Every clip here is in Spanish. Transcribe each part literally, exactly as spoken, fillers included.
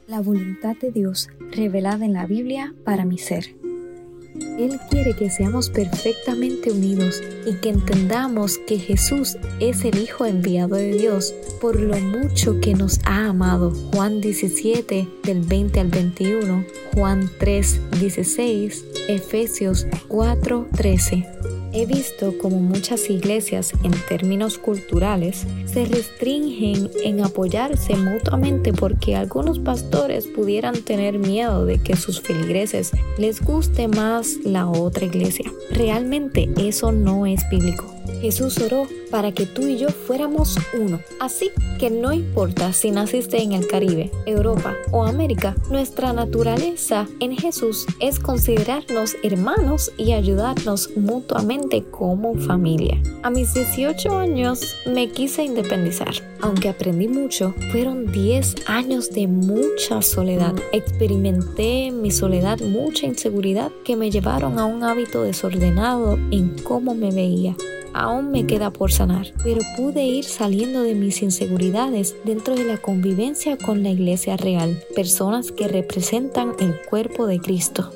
La voluntad de Dios revelada en la Biblia para mi ser. Él quiere que seamos perfectamente unidos y que entendamos que Jesús es el Hijo enviado de Dios por lo mucho que nos ha amado. Juan diecisiete, del veinte al veintiuno, Juan tres, dieciséis, Efesios cuatro, trece. He visto como muchas iglesias, en términos culturales, se restringen en apoyarse mutuamente porque algunos pastores pudieran tener miedo de que sus feligreses les guste más la otra iglesia. Realmente eso no es bíblico. Jesús oró para que tú y yo fuéramos uno. Así que no importa si naciste en el Caribe, Europa o América, nuestra naturaleza en Jesús es considerarnos hermanos y ayudarnos mutuamente como familia. A mis dieciocho años me quise independizar. Aunque aprendí mucho, fueron diez años de mucha soledad. Experimenté en mi soledad mucha inseguridad que me llevaron a un hábito desordenado en cómo me veía. Aún me queda por sanar, pero pude ir saliendo de mis inseguridades dentro de la convivencia con la iglesia real, personas que representan el cuerpo de Cristo.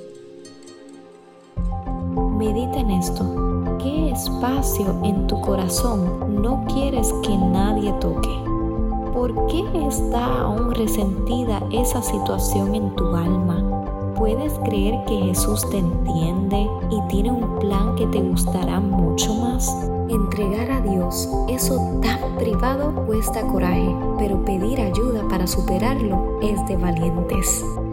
Medita en esto. ¿Qué espacio en tu corazón no quieres que nadie toque? ¿Por qué está aún resentida esa situación en tu alma? ¿Puedes creer que Jesús te entiende y tiene un plan que te gustará mucho más? Entregar a Dios eso tan privado cuesta coraje, pero pedir ayuda para superarlo es de valientes.